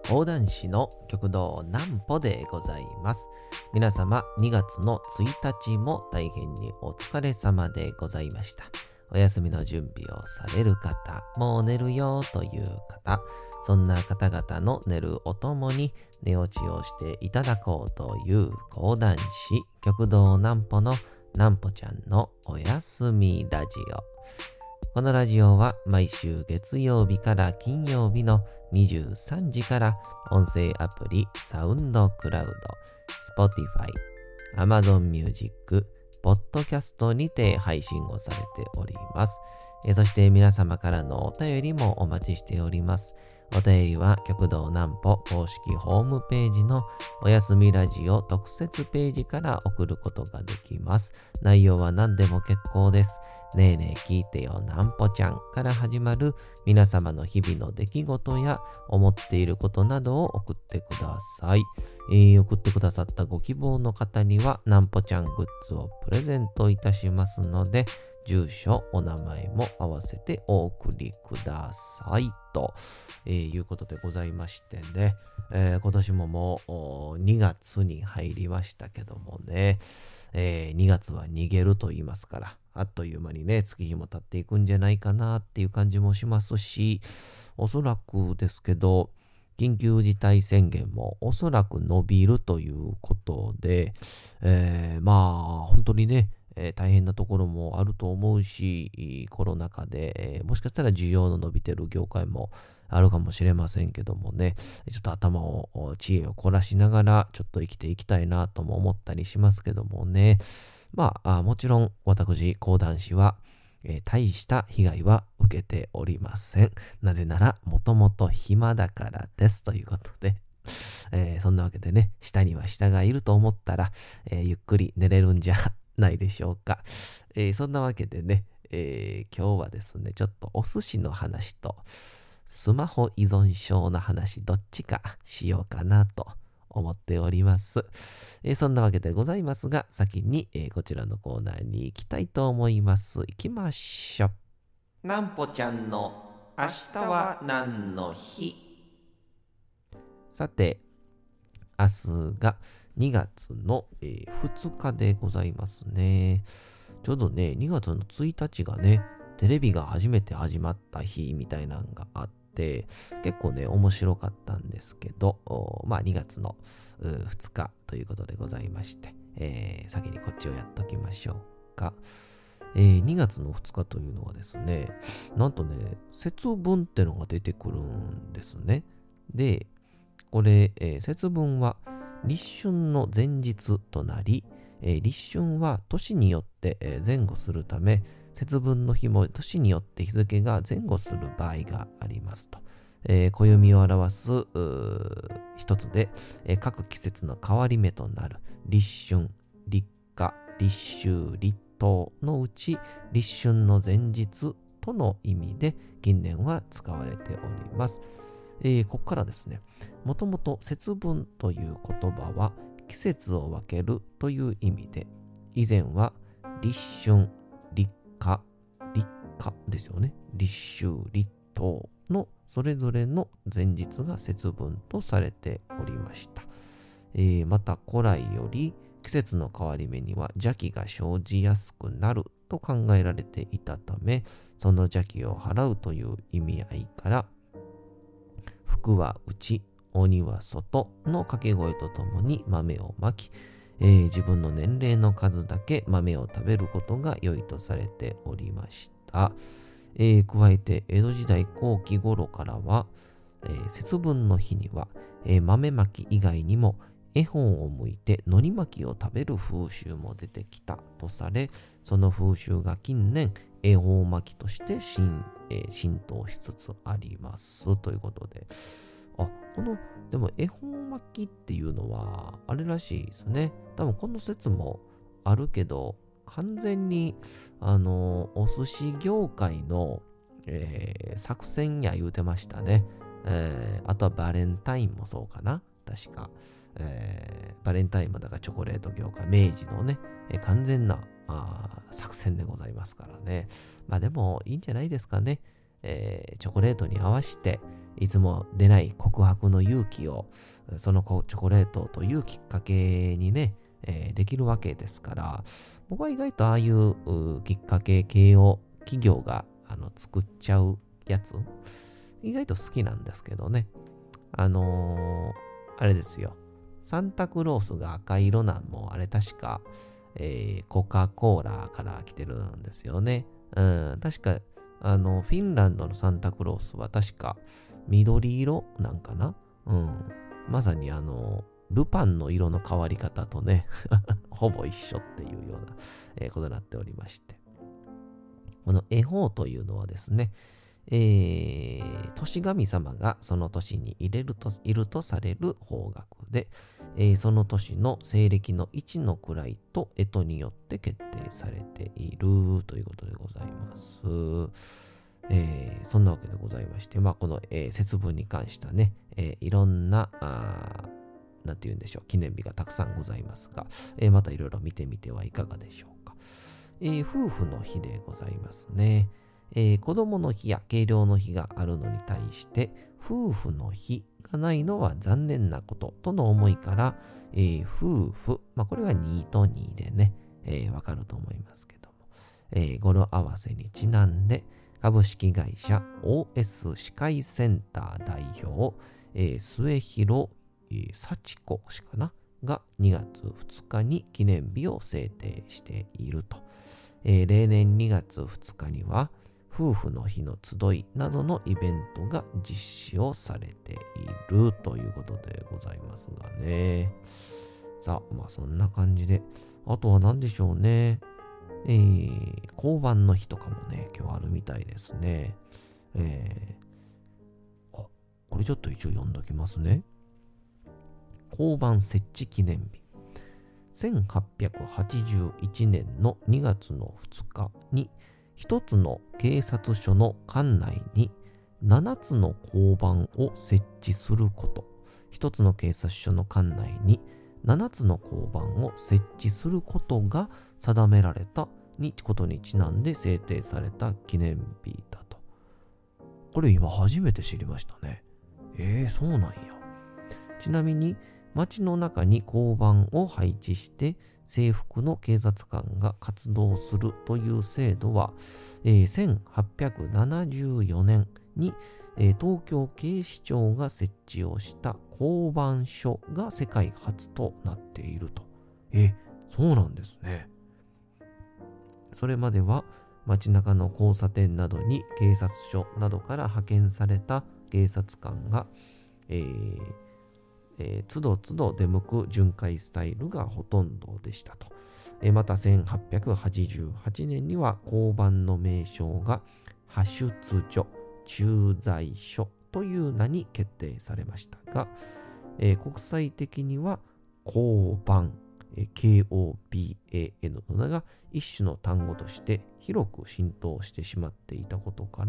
講談師の極道南歩でございます。皆様2月の1日も大変にお疲れ様でございました。お休みの準備をされる方、もう寝るよという方、そんな方々の寝るおともに寝落ちをしていただこうという講談師極道南歩の南歩ちゃんのおやすみラジオ。このラジオは毎週月曜日から金曜日の23時から音声アプリサウンドクラウド、Spotify、Amazon Music、ポッドキャストにて配信をされております。そして皆様からのお便りもお待ちしております。お便りは極道南歩公式ホームページのおやすみラジオ特設ページから送ることができます。内容は何でも結構です。ねえねえ聞いてよ南歩ちゃんから始まる皆様の日々の出来事や思っていることなどを送ってください。送ってくださったご希望の方には南歩ちゃんグッズをプレゼントいたしますので、住所、お名前も合わせてお送りくださいと、いうことでございましてね、今年ももう2月に入りましたけどもね、2月は逃げると言いますから、あっという間にね、月日も経っていくんじゃないかなっていう感じもしますし、おそらくですけど、緊急事態宣言もおそらく伸びるということで、まあ本当にね、大変なところもあると思うし、コロナ禍で、もしかしたら需要の伸びてる業界もあるかもしれませんけどもね、ちょっと頭を、知恵を凝らしながら、ちょっと生きていきたいなとも思ったりしますけどもね。まあ、もちろん私、講談師は、大した被害は受けておりません。なぜなら、もともと暇だからです。ということで、そんなわけでね、下には下がいると思ったら、ゆっくり寝れるんじゃないでしょうか。そんなわけでね、今日はですね、ちょっとお寿司の話とスマホ依存症の話どっちかしようかなと思っております。そんなわけでございますが、先に、こちらのコーナーに行きたいと思います。行きましょう。なんぽちゃんの明日は何の日。さて、明日が2月の、2日でございますね。ちょうどね、2月の1日がね、テレビが初めて始まった日みたいなのがあって、結構ね、面白かったんですけど、まあ2月の2日ということでございまして、先にこっちをやっときましょうか。2月の2日というのはですね、なんとね、節分ってのが出てくるんですね。で、これ、節分は立春の前日となり、立春は年によって、前後するため、節分の日も年によって日付が前後する場合がありますと。暦を表す一つで、各季節の変わり目となる立春、立夏、立秋、立冬のうち立春の前日との意味で近年は使われております。ここからですね、もともと節分という言葉は季節を分けるという意味で、以前は立春、立夏、立夏ですよね。立秋、立冬のそれぞれの前日が節分とされておりました。また古来より季節の変わり目には邪気が生じやすくなると考えられていたため、その邪気を払うという意味合いから、福は内、鬼は外の掛け声とともに豆をまき、自分の年齢の数だけ豆を食べることが良いとされておりました。加えて江戸時代後期頃からは、節分の日には、豆まき以外にも絵本を向いて海苔巻きを食べる風習も出てきたとされ、その風習が近年恵方巻きとして浸透しつつありますということで、でも恵方巻きっていうのはあれらしいですね。多分この説もあるけど、完全にお寿司業界の、作戦や言うてましたね。あとはバレンタインもそうかな、確か。バレンタインもだからチョコレート業界、明治のね、完全な作戦でございますからね。まあでもいいんじゃないですかね。チョコレートに合わせて、 いつも出ない告白の勇気を、そのチョコレートというきっかけにね、できるわけですから、僕は意外とああいうきっかけ系を企業が作っちゃうやつ、意外と好きなんですけどね。あれですよ。サンタクロースが赤色なんも、あれ確か、コカ・コーラから来てるんですよね。確か、フィンランドのサンタクロースは確か緑色なんかな。まさにルパンの色の変わり方とね、ほぼ一緒っていうような、ことになっておりまして。この恵方というのはですね、年神様がその年にいるとされる方角で、その年の西暦の1の位と干支によって決定されているということでございます。そんなわけでございまして、この、節分に関したね、いろんな、なんて言うんでしょう、記念日がたくさんございますが、またいろいろ見てみてはいかがでしょうか。夫婦の日でございますね。子供の日や計量の日があるのに対して、夫婦の日がないのは残念なこととの思いから、夫婦、これは2と2でね、わかると思いますけども、語呂合わせにちなんで、株式会社 OS 歯科医センター代表、末広幸子氏かなが2月2日に記念日を制定していると。例年2月2日には夫婦の日の集いなどのイベントが実施をされているということでございますがね。さあ、そんな感じで、あとは何でしょうね。交番の日とかもね、今日あるみたいですね。これちょっと一応読んどきますね。交番設置記念日。1881年の2月の2日に、一つの警察署の管内に7つの交番を設置すること。一つの警察署の管内に7つの交番を設置することが定められたことにちなんで制定された記念日だと。これ今初めて知りましたね。そうなんや。ちなみに街の中に交番を配置して制服の警察官が活動するという制度は、1874年に、東京警視庁が設置をした交番所が世界初となっていると。そうなんですね。それまでは街中の交差点などに警察署などから派遣された警察官が、つどつど出向く巡回スタイルがほとんどでしたと。また1888年には交番の名称が派出所、駐在所という名に決定されましたが、国際的には交番、KOBAN の名が一種の単語として広く浸透してしまっていたことから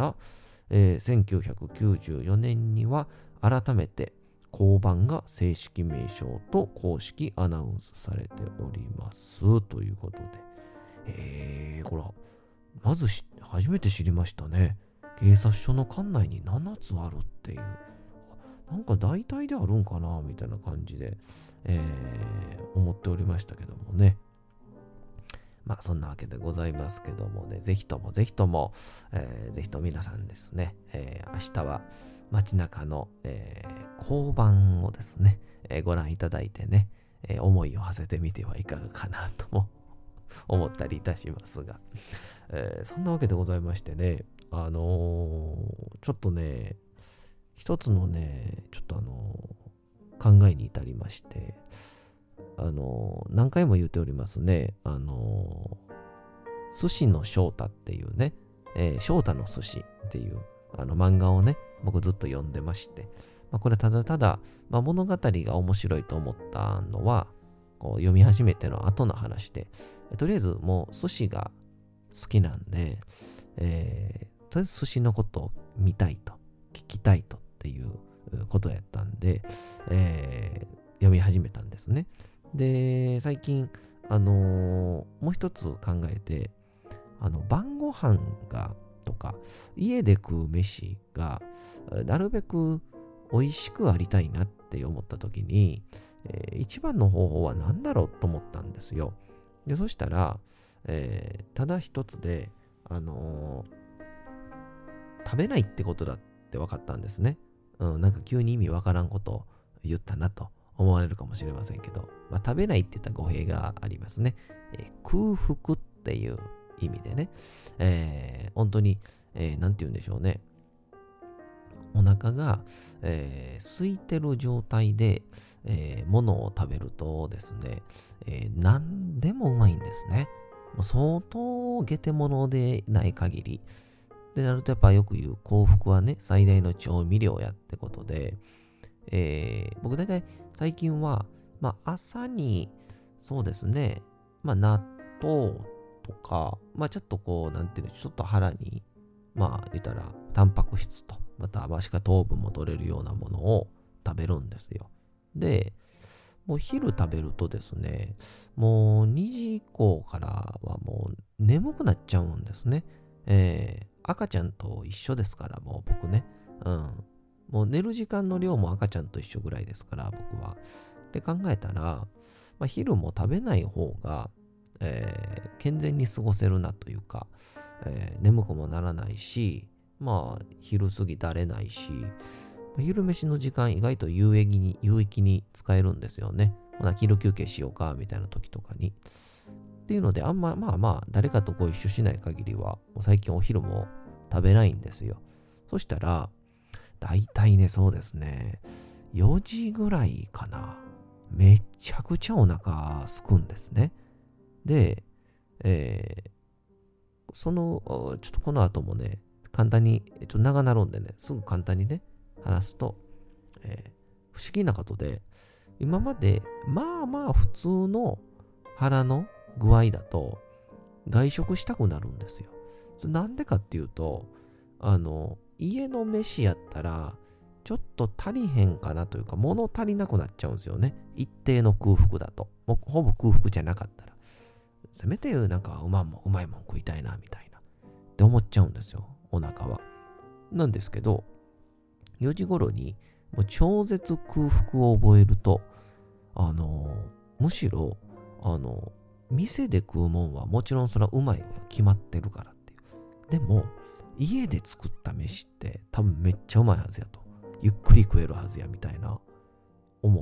、1994年には改めて交番が正式名称と公式アナウンスされておりますということで、これまず初めて知りましたね。警察署の管内に7つあるっていう、なんか大体であるんかなみたいな感じで、思っておりましたけどもね。そんなわけでございますけどもね、ぜひとも、ぜひとも皆さんですね、明日は街中の、交番をですね、ご覧いただいてね、思いを馳せてみてはいかがかなとも思ったりいたしますが、そんなわけでございましてね、ちょっとね、一つのね、ちょっと考えに至りまして、何回も言っておりますね、寿司の翔太っていうね、翔太の寿司っていう漫画をね、僕ずっと読んでまして、これただただ、物語が面白いと思ったのは、こう読み始めての後の話で、とりあえずもう寿司が好きなんで、とりあえず寿司のことを見たいと、聞きたいとっていうことやったんで、読み始めたんですね。で、最近、もう一つ考えて、晩ご飯がとか、家で食う飯がなるべく美味しくありたいなって思った時に、一番の方法は何だろうと思ったんですよ。で、そしたら、ただ一つで、食べないってことだって分かったんですね。なんか急に意味わからんことを言ったなと思われるかもしれませんけど、食べないって言ったら語弊がありますね。空腹っていう意味でね、本当に、なんて言うんでしょうね。お腹が、空いてる状態で、物を食べるとですね、何でもうまいんですね。もう相当ゲテモノでない限り。でなるとやっぱよく言う幸福はね、最大の調味料やってことで、僕大体最近は、朝に、そうですね、納豆とか、ちょっとこう、なんていうの、ちょっと腹に、言ったら、タンパク質と、また、しか糖分も取れるようなものを食べるんですよ。で、もう昼食べるとですね、もう2時以降からはもう眠くなっちゃうんですね。赤ちゃんと一緒ですから、もう僕ね。もう寝る時間の量も赤ちゃんと一緒ぐらいですから、僕は。って考えたら、昼も食べない方が、健全に過ごせるなというか、眠くもならないし、昼過ぎだれないし、昼飯の時間意外と有益に使えるんですよね。昼休憩しようか、みたいな時とかに。っていうので、誰かとご一緒しない限りは、もう最近お昼も食べないんですよ。そしたら、だいたいね、そうですね、4時ぐらいかな。めちゃくちゃお腹すくんですね。で、ちょっとこの後もね、簡単に、長なるんでね、すぐ簡単にね、話すと、不思議なことで、今まで、普通の腹の具合だと、外食したくなるんですよ。なんでかっていうと、家の飯やったら、ちょっと足りへんかなというか、物足りなくなっちゃうんですよね。一定の空腹だと。もうほぼ空腹じゃなかったら。せめてなんかうまいもん食いたいな、みたいな。って思っちゃうんですよ、お腹は。なんですけど、4時頃にもう超絶空腹を覚えると、むしろ、店で食うもんはもちろんそれはうまいは決まってるからっていう。でも、家で作った飯って多分めっちゃうまいはずやと。ゆっくり食えるはずやみたいな思って、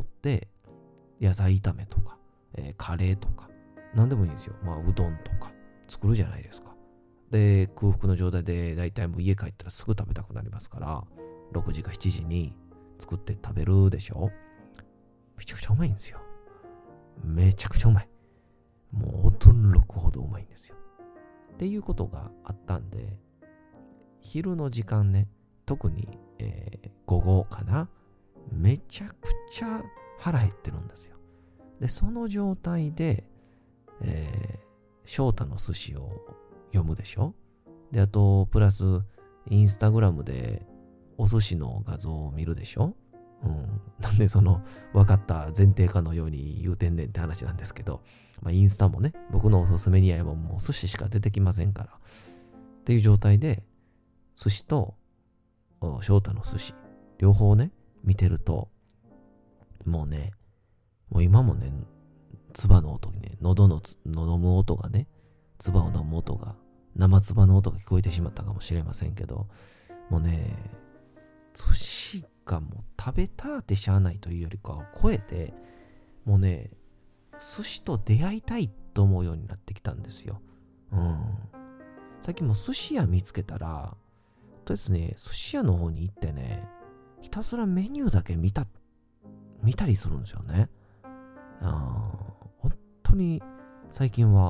野菜炒めとか、カレーとか、なんでもいいんですよ。うどんとか作るじゃないですか。で、空腹の状態でだいたいもう家帰ったらすぐ食べたくなりますから、6時か7時に作って食べるでしょ。めちゃくちゃうまいんですよ。めちゃくちゃうまい。もう驚くほどうまいんですよ。っていうことがあったんで、昼の時間ね、特に、午後かな、めちゃくちゃ腹減ってるんですよ。で、その状態で、翔太の寿司を読むでしょ。で、あと、プラス、インスタグラムでお寿司の画像を見るでしょ。なんで分かった前提かのように言うてんねんって話なんですけど、インスタもね、僕のおすすめにはもう寿司しか出てきませんから。っていう状態で、寿司と翔太の寿司、両方ね、見てると、もう今もね、唾の音にね、喉の飲む音がね、唾を飲む音が、生唾の音が聞こえてしまったかもしれませんけど、もうね、寿司がもう食べたってしゃあないというよりかを超えて、もうね、寿司と出会いたいと思うようになってきたんですよ。最近も寿司屋見つけたら、とりあえずね、寿司屋の方に行ってね、ひたすらメニューだけ見たりするんですよね。本当に最近は、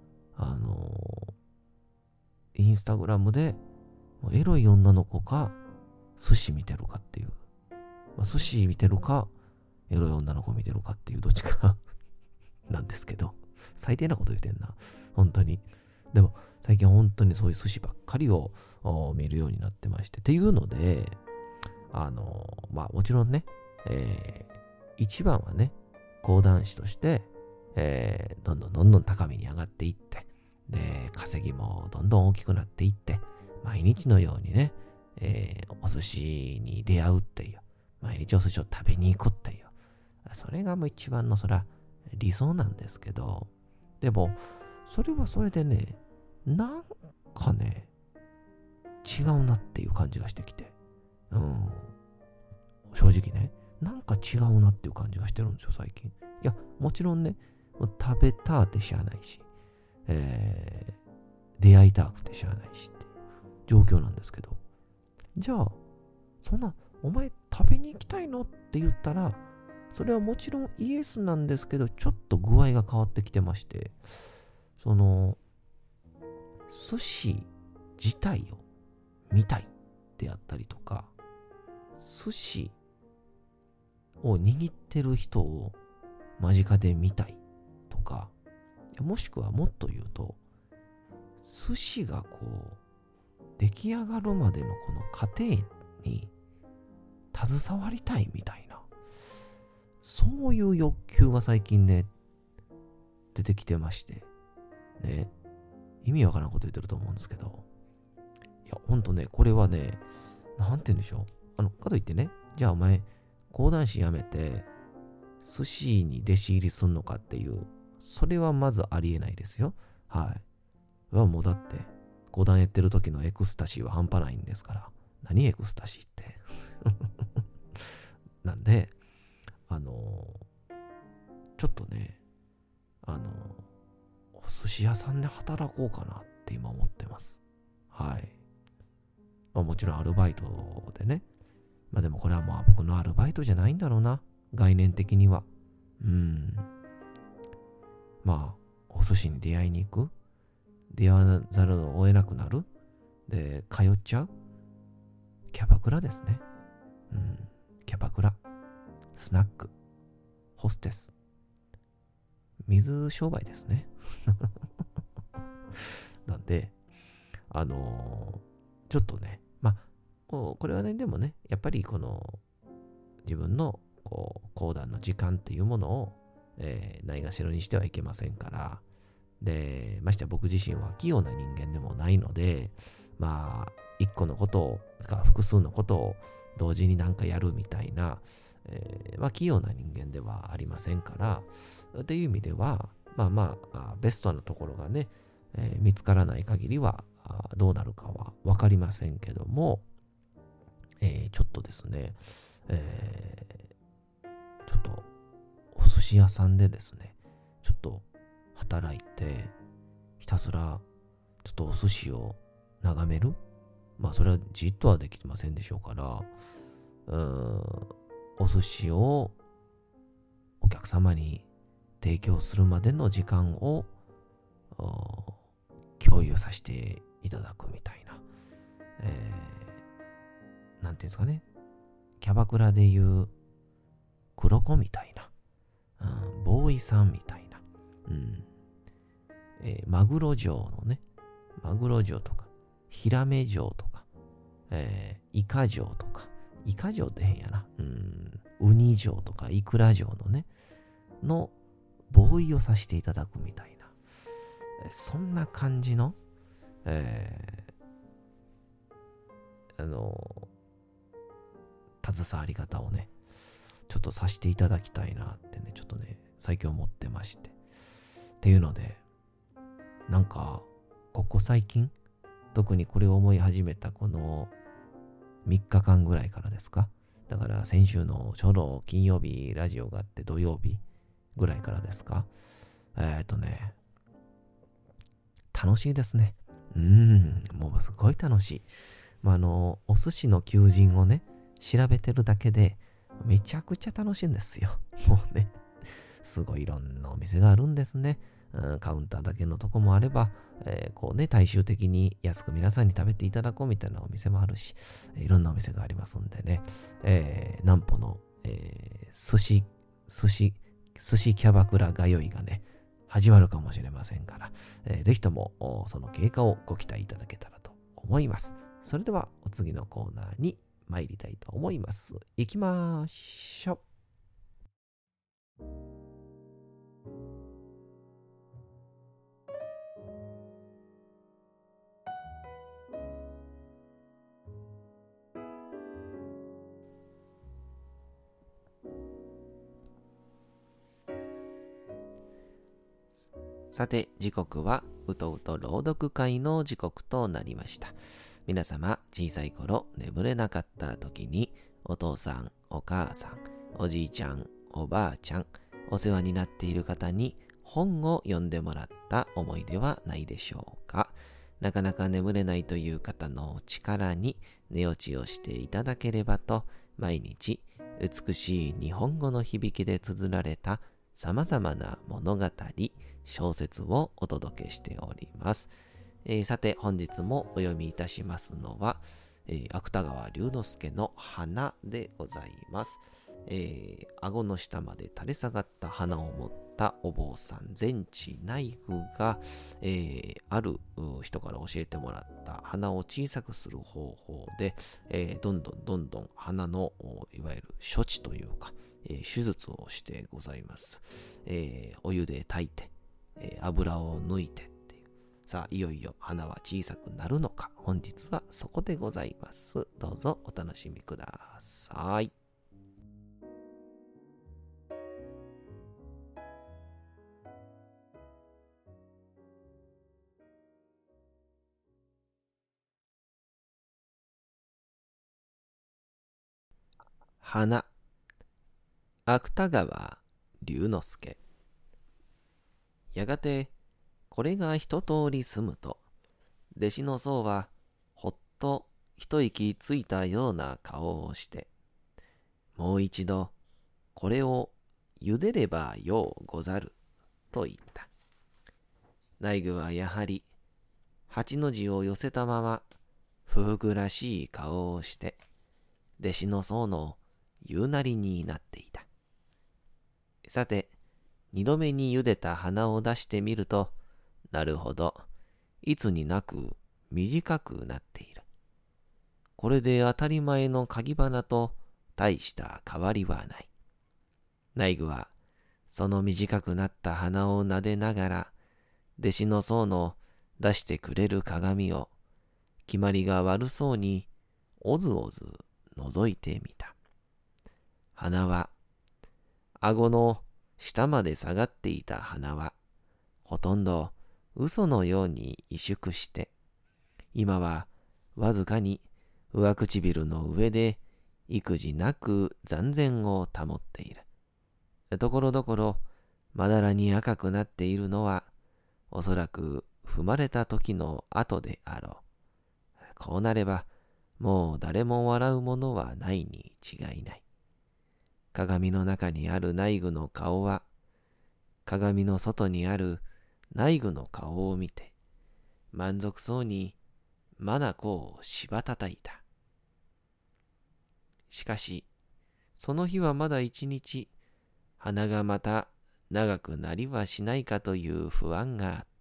インスタグラムでエロい女の子か寿司見てるかっていう、寿司見てるかエロい女の子見てるかっていうどっちかなんですけど、最低なこと言ってんな、本当に。でも最近本当にそういう寿司ばっかりを見るようになってまして、っていうので、もちろんね、一番はね、講談師として、どんどん高みに上がっていって、で、稼ぎもどんどん大きくなっていって、 毎日のようにね、お寿司に出会うっていう、毎日お寿司を食べに行くっていう、それがもう一番のそら理想なんですけど、でも、それはそれでね、なんかね、違うなっていう感じがしてきて、正直ね、なんか違うなっていう感じがしてるんですよ、最近。いや、もちろんね、食べたってしゃあないし、出会いたくてしゃあないしっていう状況なんですけど、じゃあ、そんな、お前食べに行きたいのって言ったら、それはもちろんイエスなんですけど、ちょっと具合が変わってきてまして、その、寿司自体を見たいであったりとか、寿司を握ってる人を間近で見たいとか、もしくはもっと言うと、寿司がこう、出来上がるまでのこの過程に携わりたいみたいな、そういう欲求が最近ね、出てきてまして、ね、意味わからんこと言ってると思うんですけど、いや、ほんとね、これはね、なんて言うんでしょう。かといってね、じゃあお前、講談師辞めて、寿司に弟子入りすんのかっていう、それはまずありえないですよ。はい。もうだって、講談やってる時のエクスタシーは半端ないんですから。何エクスタシーって。なんで、ちょっとね、お寿司屋さんで働こうかなって今思ってます。はい。もちろんアルバイトでね。でもこれはまあ僕のアルバイトじゃないんだろうな。概念的には。まあ、お寿司に出会いに行く。出会わざるを得なくなる。で、通っちゃう。キャバクラですね。キャバクラ。スナック。ホステス。水商売ですね。なんで、ちょっとね、これはね、でもね、やっぱりこの自分の講談の時間っていうものを、ないがしろにしてはいけませんから、で、ましてや僕自身は器用な人間でもないので、一個のことを、複数のことを同時になんかやるみたいな、器用な人間ではありませんから、っていう意味では、ベストなところがね、見つからない限りはどうなるかは分かりませんけども、ちょっとですね、ちょっとお寿司屋さんでですね、ちょっと働いて、ひたすらちょっとお寿司を眺める。それはじっとはできてませんでしょうから、お寿司をお客様に提供するまでの時間を共有させていただくみたいな、なんていうんですかね、キャバクラでいう黒子みたいな、ボーイさんみたいな、マグロ城のね、マグロ城とか、ヒラメ城とか、イカ城とか、イカ城って変やな、ウニ城とか、イクラ城のね、のボーイをさせていただくみたいな、そんな感じの、携わり方をね、ちょっとさせていただきたいなってね、ちょっとね、最近思ってまして。っていうので、なんか、ここ最近、特にこれを思い始めたこの3日間ぐらいからですか。だから先週のちょうど金曜日ラジオがあって土曜日ぐらいからですか。楽しいですね。もうすごい楽しい。お寿司の求人をね、調べてるだけでめちゃくちゃ楽しいんですよ。もうね、すごいいろんなお店があるんですね。カウンターだけのとこもあれば、大衆的に安く皆さんに食べていただこうみたいなお店もあるし、いろんなお店がありますんでね、南浦の、寿司キャバクラ通いがね、始まるかもしれませんから、ぜひともその経過をご期待いただけたらと思います。それではお次のコーナーに参りたいと思います。行きましょう。 さて、時刻はうとうと朗読会の時刻となりました。皆様、小さい頃眠れなかった時に、お父さん、お母さん、おじいちゃん、おばあちゃん、お世話になっている方に本を読んでもらった思いではないでしょうか。なかなか眠れないという方の力に寝落ちをしていただければと、毎日美しい日本語の響きで綴られた様々な物語、小説をお届けしております。さて本日もお読みいたしますのは、芥川龍之介の花でございます。顎の下まで垂れ下がった花を持ったお坊さん全知内具が、ある人から教えてもらった花を小さくする方法で、どんどん花のいわゆる処置というか、手術をしてございます。お湯で炊いて、油を抜いてっていう。さあ、いよいよ花は小さくなるのか。本日はそこでございます。どうぞお楽しみください。花。芥川龍之介。やがてこれが一通り済むと、弟子の僧はほっと一息ついたような顔をして、もう一度これを茹でればようござると言った。内具はやはり八の字を寄せたまま不服らしい顔をして、弟子の僧の言うなりになっていた。さて、二度目に茹でた花を出してみると、なるほど、いつになく短くなっている。これで当たり前の鍵花と大した変わりはない。内具は、その短くなった花を撫でながら、弟子の僧の出してくれる鏡を、決まりが悪そうに、おずおず覗いてみた。花は、顎の下まで下がっていた花は、ほとんど嘘のように萎縮して、今はわずかに上唇の上で育児なく残然を保っている。ところどころまだらに赤くなっているのは、おそらく踏まれた時の跡であろう。こうなれば、もう誰も笑うものはないに違いない。鏡の中にある内具の顔は、鏡の外にある内具の顔を見て、満足そうに眼をしばたたいた。しかし、その日はまだ一日、花がまた長くなりはしないかという不安があった。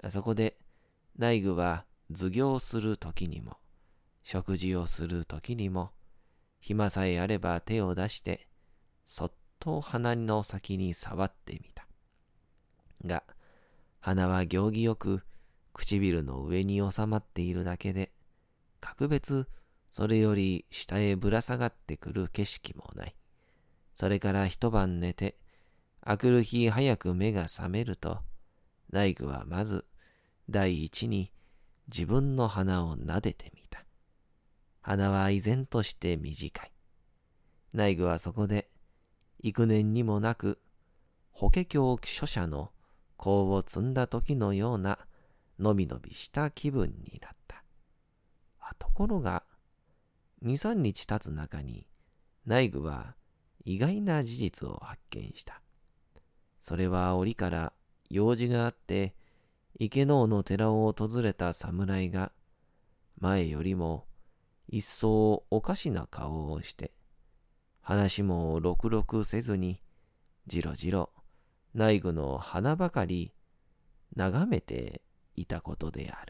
そこで、内具は図行するときにも、食事をするときにも、暇さえあれば手を出して、そっと花の先に触ってみた。が、花は行儀よく唇の上に収まっているだけで、格別それより下へぶら下がってくる景色もない。それから一晩寝て、明くる日早く目が覚めると、内具はまず第一に自分の鼻を撫でてみた。鼻は依然として短い。内具はそこで幾年にもなく法華経書者の香を摘んだ時のようなのびのびした気分になった。ところが、2、3日経つ中に内具は意外な事実を発見した。それは折から用事があって池能の寺を訪れた侍が前よりも一層おかしな顔をして、話もろくろくせずに、じろじろ内具の花ばかり眺めていたことである。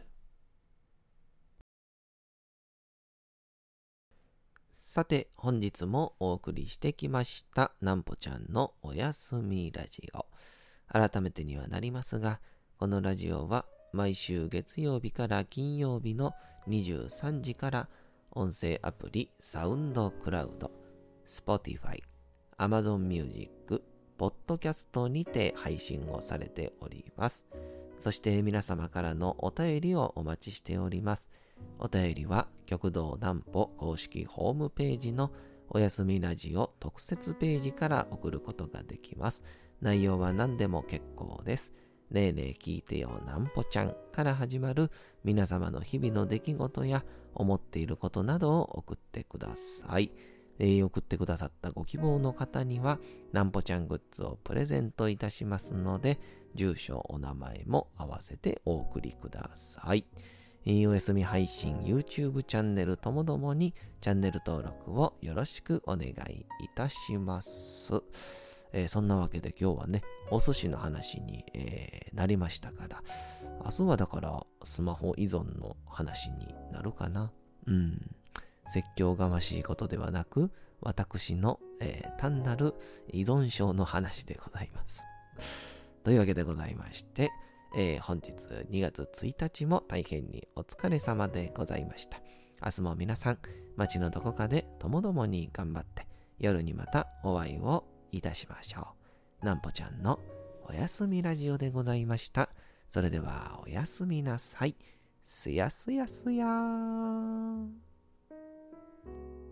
さて、本日もお送りしてきました、なんぽちゃんのおやすみラジオ。改めてにはなりますが、このラジオは毎週月曜日から金曜日の23時から音声アプリサウンドクラウド、Spotify、Amazon Music、 ポッドキャストにて配信をされております。そして皆様からのお便りをお待ちしております。お便りは極道南歩公式ホームページのおやすみラジオ特設ページから送ることができます。内容は何でも結構です。ねえねえ聞いてよなんぽちゃんから始まる皆様の日々の出来事や思っていることなどを送ってください。送ってくださったご希望の方にはなんぽちゃんグッズをプレゼントいたしますので、住所お名前も合わせてお送りください。おやすみ配信 YouTube チャンネルともどもにチャンネル登録をよろしくお願いいたします。そんなわけで今日はね、お寿司の話に、なりましたから、明日はだからスマホ依存の話になるかな。説教がましいことではなく、私の、単なる依存症の話でございます。というわけでございまして、本日2月1日も大変にお疲れ様でございました。明日も皆さん、街のどこかでともどもに頑張って、夜にまたお会いをいたしましょう。なんぽちゃんのおやすみラジオでございました。それではおやすみなさい。すやすやすやー。